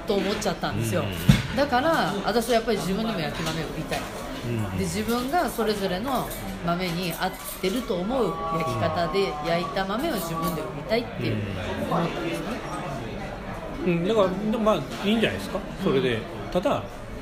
と思っちゃったんですよ、だから私はやっぱり自分でも焼き豆を売りたい、で自分がそれぞれの豆に合ってると思う焼き方で焼いた豆を自分で売りたいっていう思ったんですね、 だからまあいいんじゃないですかそれで、ただ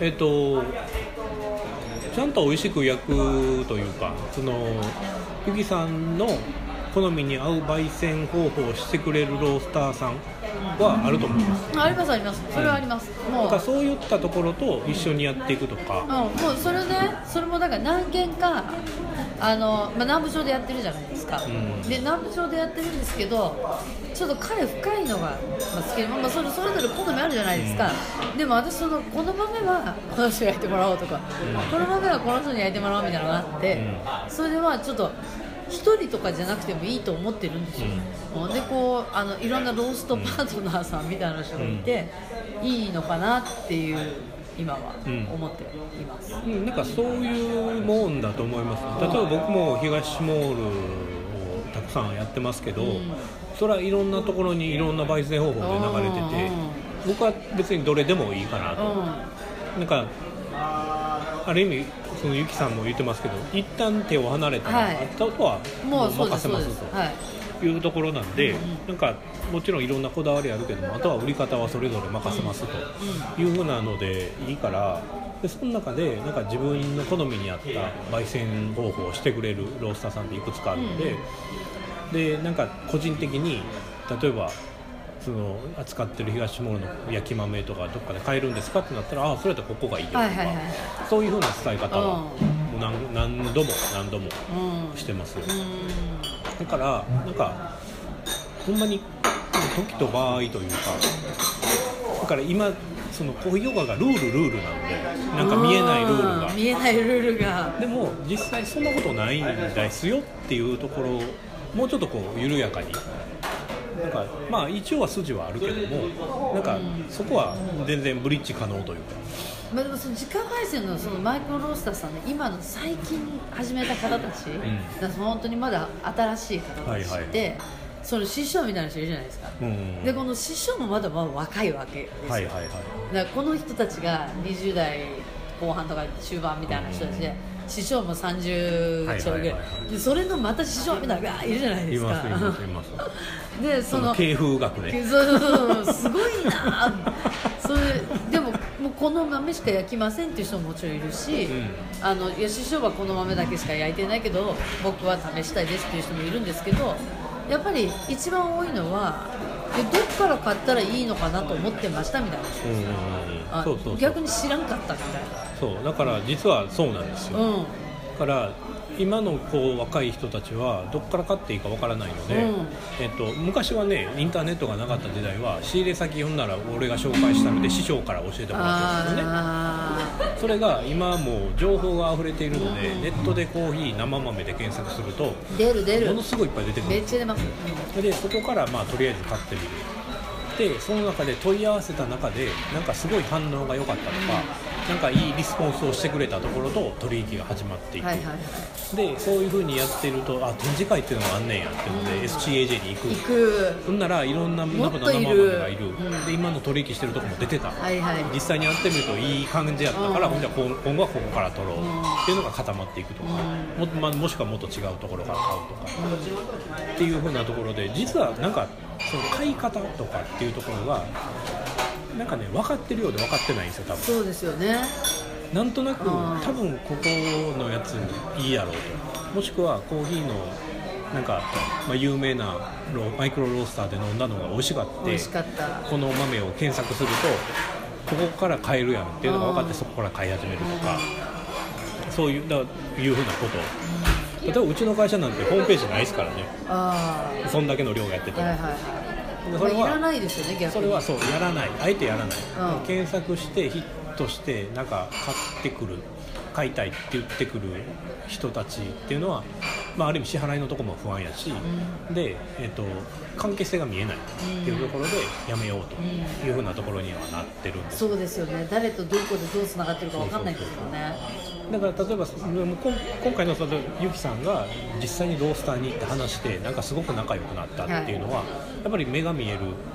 ちゃんと美味しく焼くというか、そのゆきさんの好みに合う焙煎方法をしてくれるロースターさんはあると思います。 ありますあります、それはあります、もうだからそういったところと一緒にやっていくとか、 もうそれね、それもだから何軒か南部町でやってるじゃないですか、で南部町でやってるんですけど、ちょっと彼深いのが、好きで、それぞれ好みあるじゃないですか、でも私この豆はこの人に焼いてもらおうとか、この豆はこの人に焼いてもらおうみたいなのがあって、それではちょっと1人とかじゃなくてもいいと思ってるんですよ、でこういろんなローストパートナーさんみたいな人がいて、いいのかなっていう今は思っています、 なんかそういうもんだと思います。例えば僕も東モールをたくさんやってますけど、それはいろんなところにいろんな焙煎方法で流れてて、僕は別にどれでもいいかなと、なんかある意味そのゆきさんも言ってますけど、一旦手を離れたら、あとはもう任せますというところなんで、なんかもちろんいろんなこだわりあるけども、あとは売り方はそれぞれ任せますというふうなのでいいから、でその中でなんか自分の好みに合った焙煎方法をしてくれるロースターさんっていくつかあるので、でなんか個人的に例えばその扱ってる東モールの焼き豆とかどっかで買えるんですかってなったら、それやったらここがいいよとか、そういう風な伝え方はもう何度もしてますよ、だからなんかほんまに時と場合というか、だから今そのコーヒーヨガがルールなんで、なんか見えないルールがでも実際そんなことないんですよっていうところをもうちょっとこう緩やかに、なんかまあ一応は筋はあるけども、なんかそこは全然ブリッジ可能というか、 でもその自家焙煎のそのマイクロロースターさんね、今の最近始めた方たち、本当にまだ新しい方たちって、その師匠みたいな人いるじゃないですか、でこの師匠もまだ若いわけですよ、だからこの人たちが20代後半とか中盤みたいな人たちで、師匠も30ちょいぐらい、でそれのまた師匠みたいなのがいるじゃないですか。いますでその系譜学ね、 そうすごいなそれでももうこの豆しか焼きませんっていう人ももちろんいるし、いや師匠はこの豆だけしか焼いてないけど僕は試したいですっていう人もいるんですけど、やっぱり一番多いのはどっから買ったらいいのかなと思ってましたみたいな人、逆に知らんかったみたいな。 そうだから実はそうなんですよ、だから今のこう若い人たちはどっから買っていいかわからないので、昔はねインターネットがなかった時代は仕入れ先読んだら俺が紹介したので師匠から教えてもらってたんですね。それが今もう情報が溢れているので、ネットでコーヒー生豆で検索すると出るものすごいいっぱい出てくる。 めっちゃ出ます、 でそこからまあとりあえず買ってみる。でその中で問い合わせた中でなんかすごい反応が良かったとか、なんかいいリスポンスをしてくれたところと取引が始まっていく、でそういう風にやってると、展示会っていうのがあんねんやっていうので、SCAJ に行くそんならいろんな生豆がいる、で今の取引してるとこも出てた、実際にやってみるといい感じやったから、じゃあ今後はここから取ろうっていうのが固まっていくとか、もしくはもっと違うところから買うとかっていう風なところで、実はなんかその買い方とかっていうところがなんかね分かってるようで分かってないんですよ多分。 そうですよね。 なんとなく多分ここのやついいやろうと、もしくはコーヒーのなんか、有名なマイクロロースターで飲んだのが美味しかったこの豆を検索するとここから買えるやんっていうのが分かって、そこから買い始めるとか、そういうふうなこと。例えばうちの会社なんてホームページないですからね。そんだけの量がやってても、 それはいらないですよね。逆にそれはそうやらない、あえてやらない、検索してヒットしてなんか買いたいって言ってくる人たちっていうのは、ある意味支払いのとこも不安やし、で、関係性が見えないっていうところでやめようというふうなところにはなってるんです。 そうですよね。誰とどこでどうつながってるか分かんないですよね。 だから例えば今回のゆきさんが実際にロースターに行って話してなんかすごく仲良くなったっていうのは、やっぱり目が見える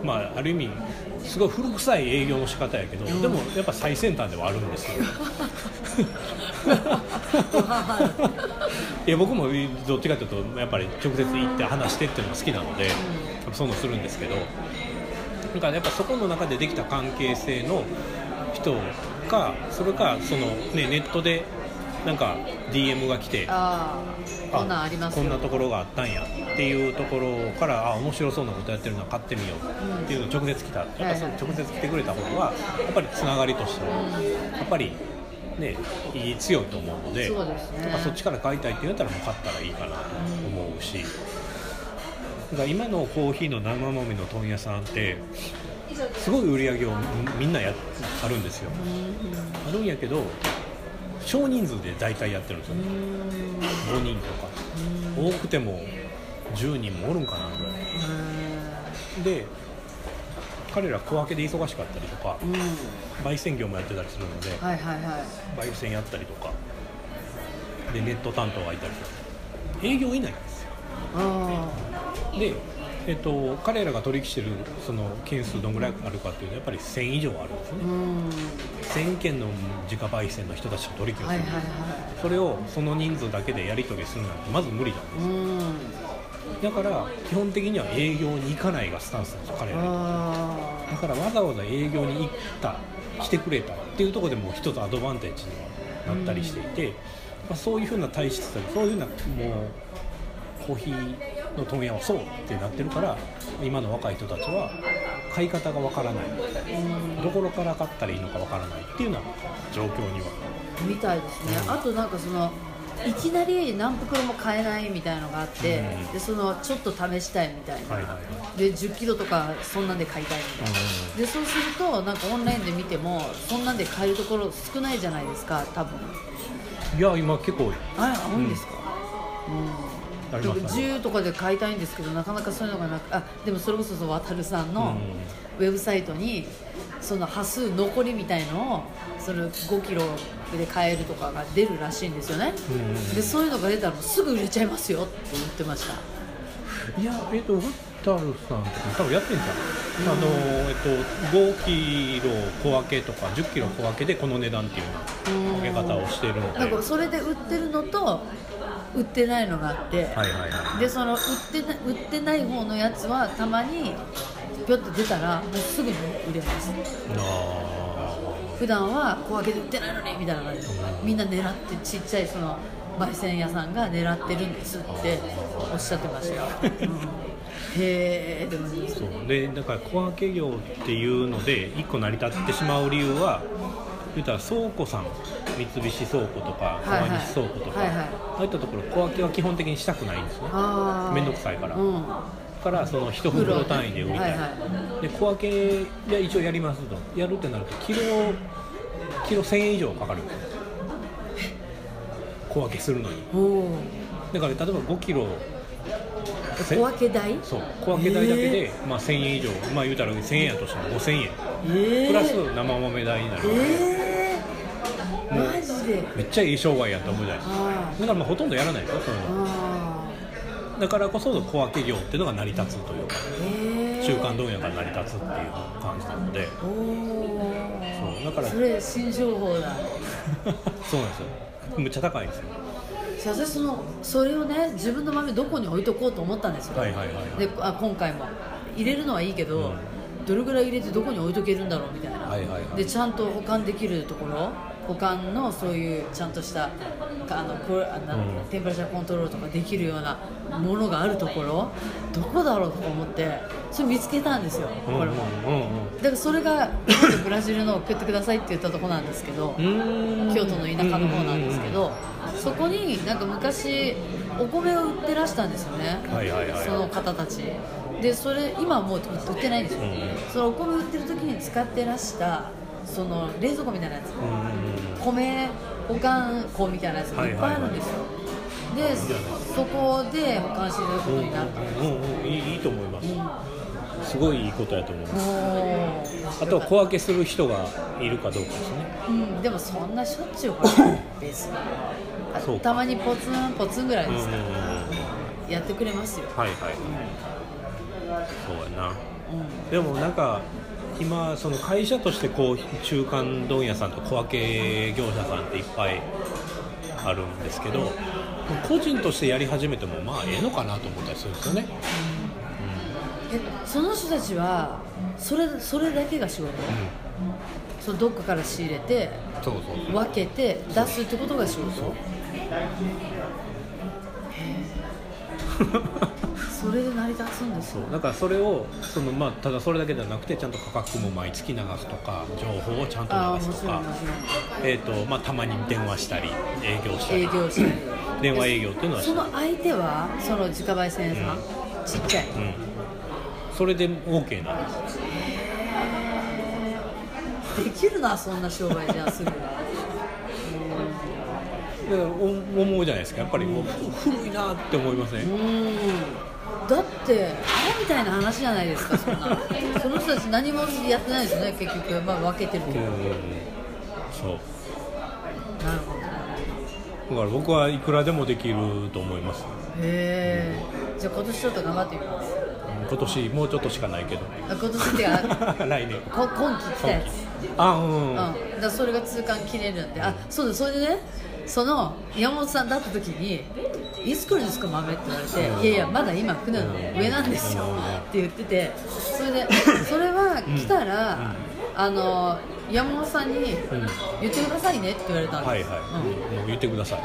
まあある意味すごい古臭い営業の仕方やけど、でもやっぱ最先端ではあるんですよいや僕もどっちかというとやっぱり直接行って話してっていうのが好きなので、そういうのするんですけど、だからやっぱそこの中でできた関係性の人か、それかその、ね、ネットでなんか DM が来て、 こんなんありますよ、 こんなところがあったんやっていうところから、面白そうなことやってるのは買ってみようっていうのを直接来た、やっぱその直接来てくれた方がやっぱりつながりとしてはやっぱりね強いと思うので、 そうですね、 そっちから買いたいって言ったらもう買ったらいいかなと思うし、だから今のコーヒーの生豆の問屋さんってすごい売り上げをみんなあるんですよ、あるんやけど少人数で大体やってるんですよね。5人とか多くても10人もおるんかなぐらいで、彼ら小分けで忙しかったりとか、焙煎業もやってたりするので、焙煎やったりとかでネット担当がいたりとか営業いないんですよ。で彼らが取引してるその件数どんぐらいあるかっていうとやっぱり1000以上あるんですね。1000件の自家焙煎の人たちと取引をする、それをその人数だけでやり取りするなんてまず無理なんです。だから基本的には営業に行かないがスタンスなんですよ、彼らに。だからわざわざ営業に来てくれたっていうところでも一つアドバンテージにはなったりしていて、そういうふうな体質でそういうふうなもうコーヒーの問屋はそうってなってるから、今の若い人たちは買い方がわからない、どころから買ったらいいのかわからないっていうような状況にはみたいですね。あとなんかそのいきなり何袋も買えないみたいなのがあって、でそのちょっと試したいみたいな、で10キロとかそんなんで買いたいみたいな、でそうするとなんかオンラインで見てもそんなんで買えるところ少ないじゃないですか、多分。 いや今結構多い。 多いんですか。10とかで買いたいんですけどなかなかそういうのがなく、でもそれこそ渡るさんのウェブサイトにその端数残りみたいのをその5キロで買えるとかが出るらしいんですよね。でそういうのが出たらもうすぐ売れちゃいますよって言ってました。 いや渡るさん多分やってんじゃん。5キロ小分けとか10キロ小分けでこの値段っていうの分け方をしているので、 なんかそれで売ってるのと売ってないのがあって、でその売ってない方のやつはたまにピョッと出たらもうすぐに売れます。普段は小分けで売ってないのにみたいな感じで、みんな狙ってちっちゃいその焙煎屋さんが狙ってるんですっておっしゃってました。へー、でもそうでだから小分け業っていうので1個成り立ってしまう理由は言ったら倉庫さん、三菱倉庫とか川西倉庫とか、ああいったところ小分けは基本的にしたくないんですね。めんどくさいから、からその1袋単位で売りたい、で小分けで一応やりますと、やるってなるとキロ1000円以上かかるんですよ、小分けするのに。だから例えば5キロ小分け代？ そう、小分け代だけで、1000円以上、言うたら1000円やとしても5000円、プラス生豆代になるので、 マジでめっちゃいい商売やと思うじゃないですか。だからほとんどやらないですよ、そういうの。だからこそ小分け業っていうのが成り立つというか、中間問屋が成り立つっていう感じなので、そうだからそれ新情報だ。 そうなんですよ、むっちゃ高いんですよ。 私それをね、自分の豆どこに置いとこうと思ったんですよ。で今回も入れるのはいいけど、どれぐらい入れてどこに置いとけるんだろうみたいな、でちゃんと保管できるところ、保管のそういうちゃんとしたテンパレーチャーコントロールとかできるようなものがあるところどこだろうとか思ってそれ見つけたんですよ、これも。だからそれがブラジルの送ってくださいって言ったところなんですけど、京都の田舎の方なんですけど、そこになんか昔お米を売ってらしたんですよね、その方たちで。それ今はもう売ってないんですよ、そのお米売ってる時に使ってらしたその冷蔵庫みたいなやつ、米保管庫みたいなやつがいっぱいあるんですよ。でそこで保管していただくことになったんです。 いいと思います、すごいいいことやと思います。あとは小分けする人がいるかどうかですね。 でもそんなしょっちゅう別にたまにポツンポツンぐらいですからやってくれますよ。 そうやな。 でもなんか今その会社としてこう中間問屋さんと小分け業者さんっていっぱいあるんですけど、個人としてやり始めてもまあええのかなと思ったりするんですよね。 その人たちはそれだけが仕事、そのどっかから仕入れてそう分けて出すってことが仕事。それで成り立つんですよ。 だからそれをただそれだけじゃなくてちゃんと価格も毎月流すとか情報をちゃんと流すとか、たまに電話したり営業したり電話営業っていうのはその相手はその自家焙煎さん、ちっちゃい、 それで OK なんです。 できるな、そんな商売じゃすぐ思うじゃないですか、やっぱり古いなって思いません？ だってアホみたいな話じゃないですか、そんなその人たち何もやってないですよね、結局、分けてるけど、 そうなるほど。 だから僕はいくらでもできると思います。 へえ。じゃあ今年ちょっと頑張ってみます。 今年もうちょっとしかないけど。 今年ってか来年。 今期来たやつ。 だからそれが通関切れるんで、そうだ、それでね、その山本さんだった時にいつ来るんですか豆って言われて、いやいやまだ今船の上なんですよって言ってて、それでそれは来たら山本さんに言ってくださいねって言われたんです。 もう言ってください。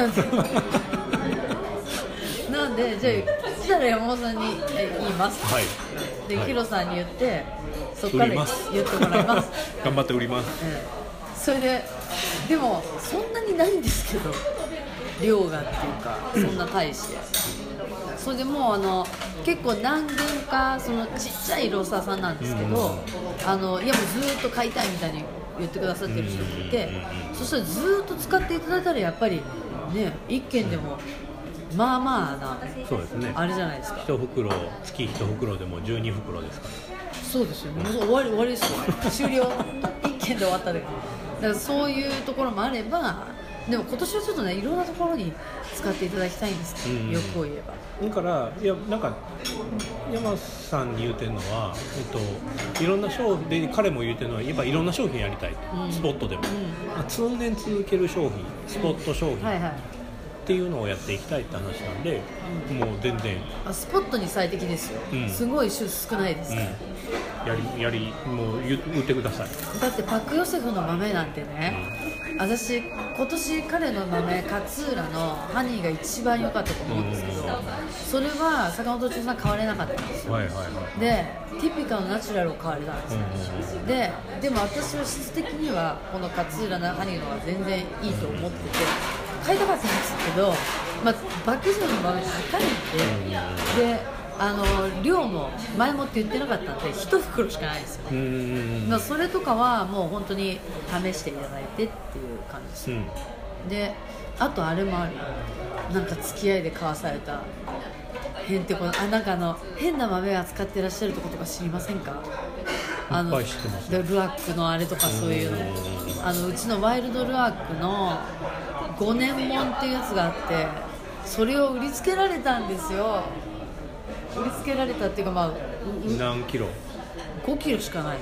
なんでじゃあ来たら山本さんに言います。でヒロさんに言ってそこから言ってもらいます。 頑張って売ります。 それでもそんなにないんですけど、量がっていうかそんな大して、それでもう結構何軒かそのちっちゃいロースターさんなんですけど、いやもうずっと買いたいみたいに言ってくださってる人もいて、そしたらずっと使っていただいたらやっぱりね、1軒でもまあまあな、 そうですね、 あれじゃないですか。 1袋月1袋でも12袋ですから。 そうですよ、もう終わりですよ終了1軒で終わったで。だからそういうところもあれば、でも今年はちょっとね、いろんなところに使っていただきたいんですけど、欲を言えば。 だからなんか山さんに言うてるのは、いろんな商品で彼も言うてるのは、やっぱいろんな商品やりたい、スポットでも、通年続ける商品、スポット商品、っていうのをやっていきたいって話なんで、もう全然スポットに最適ですよ、すごい種少ないですから、 もう売ってください。 だってパックヨセフの豆なんてね、私今年彼の豆勝浦のハニーが一番良かったと思うんですけど、それは坂本町さん買われなかったんですよ、でティピカのナチュラルを買われたんですよ、でも私は質的にはこの勝浦のハニーの方が全然いいと思ってて買いたかったんですけど、バックスの豆高いんで、量も前もって言ってなかったんで1袋しかないですよ。それとかはもう本当に試していただいてっていう感じです、であとあれもある、なんか付き合いで交わされた変ってなんか変な豆扱ってらっしゃるところとか知りませんか？ いっぱい知ってます。 ルアックのあれとかそういうの、うちのワイルドルアックの5年もんっていうやつがあって、それを売りつけられたんですよ。売りつけられたっていうか、 何キロ ？5キロしかないです。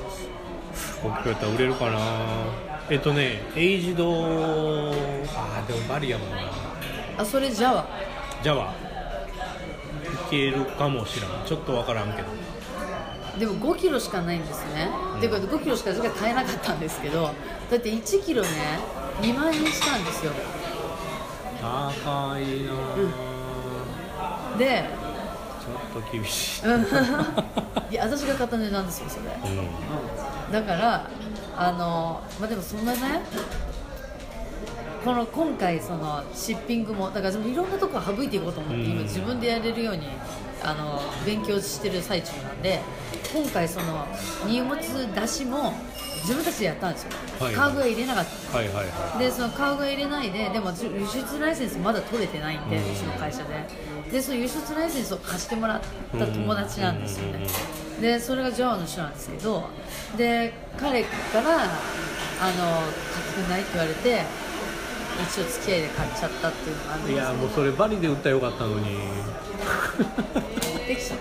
5キロやったら売れるかな。エイジドでもバリアもな。 それジャワいけるかもしれん、ちょっとわからんけど。 でも5キロしかないんですね、っていうか5キロしか買えなかったんですけど、だって1キロね2万円したんですよ。 高いな、 でちょっと厳しいいや私が買った値段ですよそれ、だからでもそんなね、今回そのシッピングもだからいろんなところ省いていこうと思って、今自分でやれるように勉強してる最中なんで、今回その荷物出しも自分たちでやったんですよ、川越入れなかった、でその川越入れないで、でも輸出ライセンスまだ取れてないんで、うちの会社でその輸出ライセンスを貸してもらった友達なんですよね、でそれがジャワの人なんですけど、で彼から買ってくんないって言われて、一応付き合いで買っちゃったっていうのがあるんですけど、 いやもうそれバリで売ったらよかったのにってきちゃった。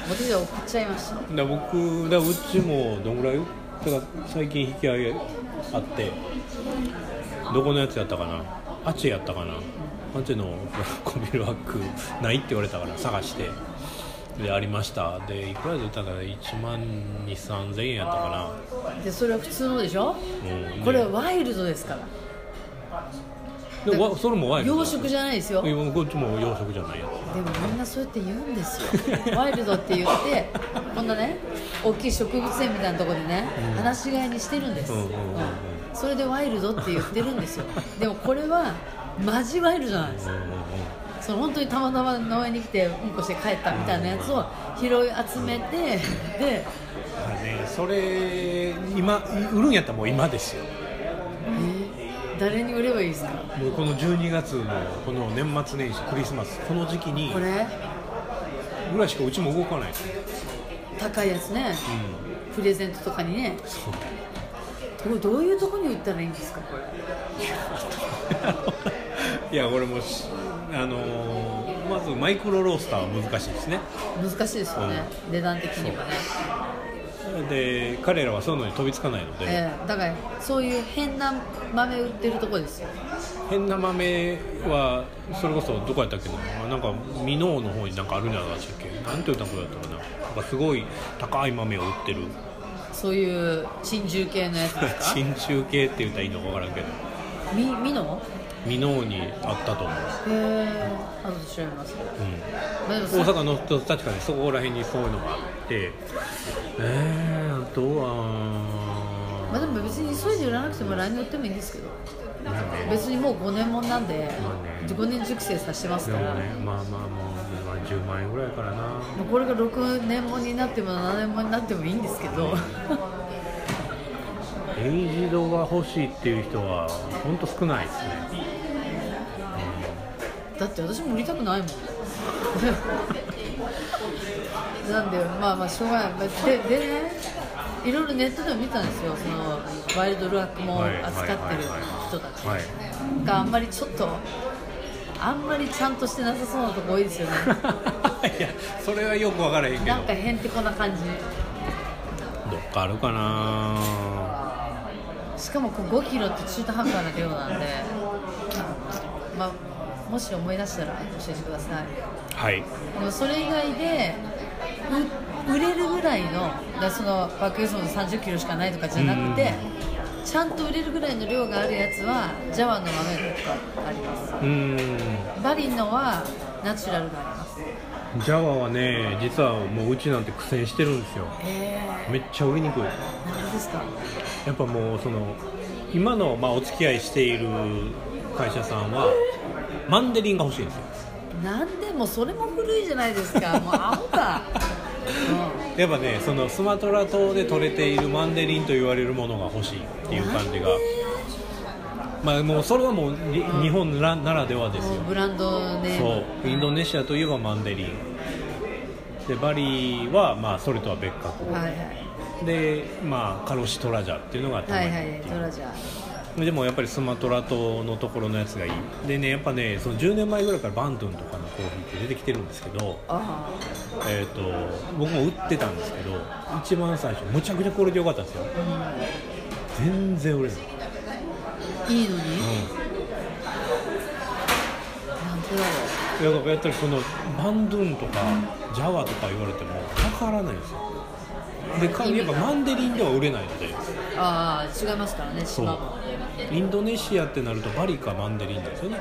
私は送っちゃいました。 うちもどんぐらいだから最近引き上げあって、どこのやつやったかな、アチェやったかな、アチェのコビルワックないって言われたから探してでありました。でいくらで売ったかな、1万2、3000円やったかな。でそれは普通のでしょ、これはワイルドですから。 でそれもワイルド養殖じゃないですよ。 こっちも養殖じゃないやつ。 でもみんなそうやって言うんですよワイルドって言ってこんなね大きい植物園みたいなところでね、放し飼いにしてるんです、それでワイルドって言ってるんですよでもこれはマジワイルドなんです、その本当にたまたま農園に来てうんこして帰ったみたいなやつを拾い集めてで、 それ今売るんやったらもう今ですよ。 誰に売ればいいですか。 もうこの12月のこの年末年始クリスマスこの時期にこれぐらいしかうちも動かないです。 高いやつね、プレゼントとかにね。そうどういうとこに売ったらいいんですかこれいやこれもまずマイクロロースターは難しいですね。 難しいですよね、値段的にはね。 で彼らはそういうのに飛びつかないので、 だからそういう変な豆売ってるとこですよ。 変な豆はそれこそどこやったっけな、なんか箕面の方になんかあるんじゃなかったっけ、なんていうとこだったかな、なんかすごい高い豆を売ってる、そういう珍獣系のやつですか珍獣系って言ったらいいのか分からんけど、箕面にあったと思う。 あとで調べます、 大阪の確かにそこら辺にそういうのがあって、あとはでも別に急いで売らなくても来年売ってもいいんですけど、別にもう5年もんなんで、5年熟成させてますから、 もう10万円ぐらいからな。 これが6年もんになっても7年もんになってもいいんですけどエイジドが欲しいっていう人は本当少ないですね、 だって私も売りたくないもんなんでまあしょうがない。でね、いろいろネットでも見たんですよ、そのワイルドラックも扱ってる人たちがあんまりちゃんとしてなさそうなとこ多いですよねいやそれはよく分からへんけど、 なんかへんてこな感じ。 どっかあるかな。 しかも5キロって中途半端な量なんで、もし思い出したら教えてください。 はい。 でもそれ以外で売れるぐらいの、そのバックユースの30キロしかないとかじゃなくて、ちゃんと売れるぐらいの量があるやつはジャワの豆とかあります。バリのはナチュラルがあります。 ジャワはね、実はもううちなんて苦戦してるんですよ。めっちゃ売りにくい。 なんでですか。 やっぱもうその今のお付き合いしている会社さんはマンデリンが欲しいんですよ。 なんでもそれも古いじゃないですか。もうアホか。 やっぱね、そのスマトラ島で取れているマンデリンと言われるものが欲しいっていう感じが、もうそれはもう日本ならではですよ。 ブランドネーム。 そう、インドネシアといえばマンデリンで、バリはそれとは別格、でカロシトラジャっていうのが頭に入っている、トラジャでもやっぱりスマトラ島のところのやつがいいでね、やっぱね、その10年前ぐらいからバンドゥンとかのコーヒーって出てきてるんですけど、僕も売ってたんですけど、一番最初むちゃくちゃクオリティ良かったんですよ、全然売れない。 いいのに、なんでだろう。 やったらそのバンドゥンとかジャワとか言われてもかからないんですよ。でやっぱマンデリンでは売れないので、 違いますからね、島も。 インドネシアってなるとバリかマンデリンなんですよね。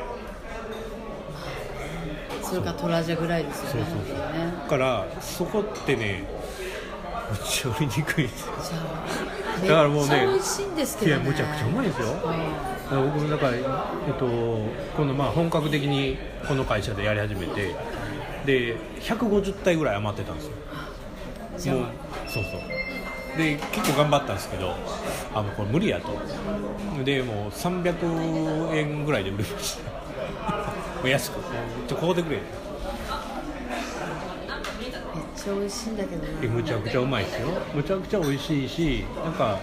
それかトラジャぐらいですよね。 だからそこってね、めっちゃ売りにくいですよ。だからもうね、 めっちゃ美味しいんですけどね。 むちゃくちゃうまいですよ。僕だからこの本格的にこの会社でやり始めて、で150体ぐらい余ってたんですよ。もうそうで結構頑張ったんですけど、これ無理やと。でもう300円ぐらいで売れました安くここでくれ。 めっちゃ美味しいんだけどね。 むちゃくちゃうまいですよ。むちゃくちゃ美味しいし、なんか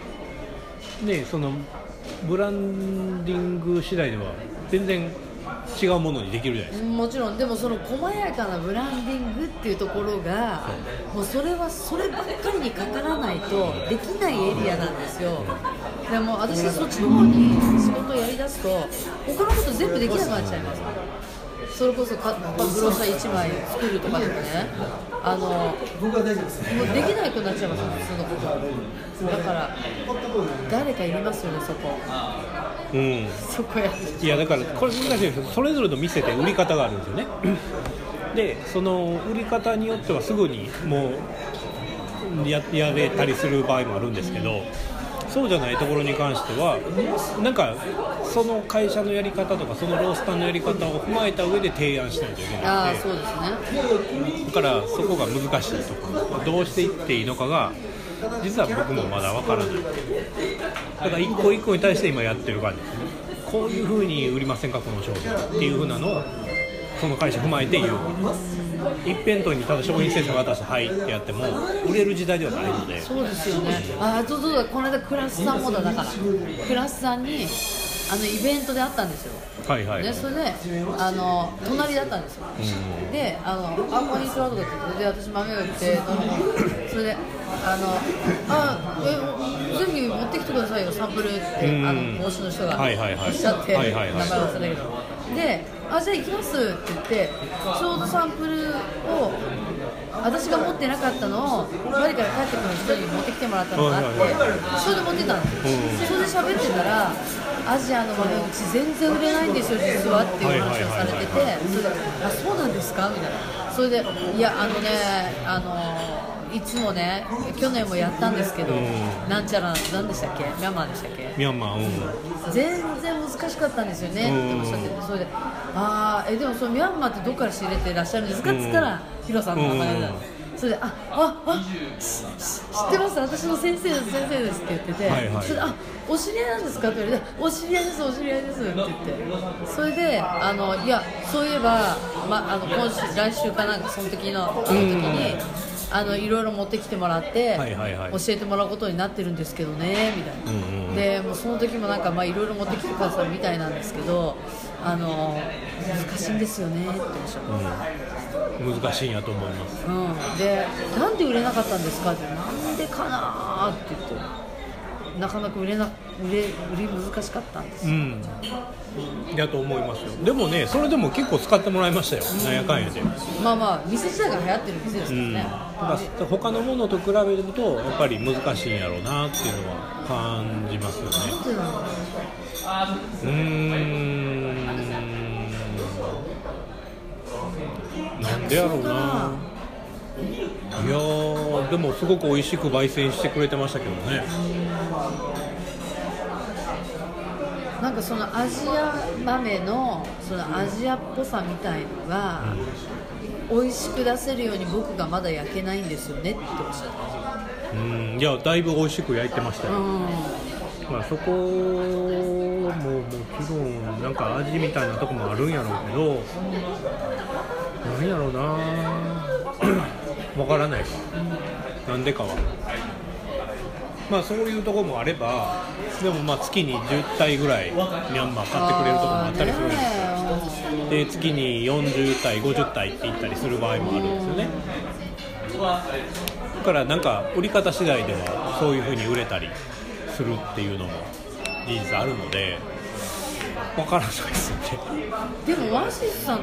ね、そのブランディング次第では全然違うものにできるじゃないですか。 もちろん。でもその細やかなブランディングっていうところがもうそれはそればっかりにかからないとできないエリアなんですよ。でも私そっちの方に仕事をやりだすと他のこと全部できなくなっちゃいます。それこそブローシャー1枚作るとかでもね、もうできないくなっちゃいます普通のことだから誰かいりますよねそこ。そこやいやだからこれ難しいですけど、それぞれの店で売り方があるんですよね。でその売り方によってはすぐにもう やれたりする場合もあるんですけど、そうじゃないところに関してはなんかその会社のやり方とかそのロースターのやり方を踏まえた上で提案しないといけないので、 そうですね。 だからそこが難しいところ、どうしていっていいのかが実は僕もまだ分からない。だから一個一個に対して今やってる感じですね。こういう風に売りませんかこの商品っていう風なのをその会社踏まえて言う。一辺倒にただ商品説明渡してはいってやっても売れる時代ではないので。 そうですよね。そうだ、この間クラスさんもだからクラスさんにイベントで会ったんですよ。 はいはい、 でそれで隣だったんですよ。でこんにちはとか言って、で私豆を言ってそれでぜひ持ってきてくださいよサンプルって帽子の人がおっしゃって、名前忘れたけど、でじゃあ行きますって言って、ちょうどサンプルを私が持ってなかったのをバリから帰ってくる人に持ってきてもらったのがあって、それで持ってたんですよ。それで喋ってたら、アジアの豆うち全然売れないんですよ実はっていう話をされてて、それでそうなんですかみたいな。それでいやいつもね去年もやったんですけど、なんちゃらなんでしたっけ、ミャンマーでしたっけ、 ミャンマー、 全然難しかったんですよねっておっしゃってて、それででもそのミャンマーってどこから仕入れてらっしゃるんですかって言ったら、ヒロさんの名前だ。それで知ってます、私の先生ですって言ってて、それでお知り合いなんですかって言われて、お知り合いですって言って、それでいやそういえば、今週来週かなんかその時にいろいろ持ってきてもらって、教えてもらうことになってるんですけどねみたいな、でもうその時もなんかいろいろ持ってきてくださるみたいなんですけど、難しいんですよねっておっしゃって、 難しいんやと思います、 でなんで売れなかったんですかって、なんでかなって言って、なかなか売り難しかったんですよ、 だと思いますよ。でもね、それでも結構使ってもらいましたよ、なんやかんやで。 店自体が流行ってる店ですからね、 ただ他のものと比べるとやっぱり難しいんやろうなっていうのは感じますよね。なんでやろうな。いやでもすごく美味しく焙煎してくれてましたけどね。 なんかそのアジア豆のそのアジアっぽさみたいのが美味しく出せるように僕がまだ焼けないんですよねっておっしゃってました。 いやだいぶ美味しく焼いてましたよ、そこももちろんなんか味みたいなとこもあるんやろうけど、なんやろうなわからないか、なんでかは。そういうところもあれば、でも月に10体ぐらいミャンマー買ってくれるところもあったりするんですよ。で月に40体50体って言ったりする場合もあるんですよね。だからなんか売り方次第ではそういう風に売れたりするっていうのも事実あるので、わからないですよね。 でもワンシスさん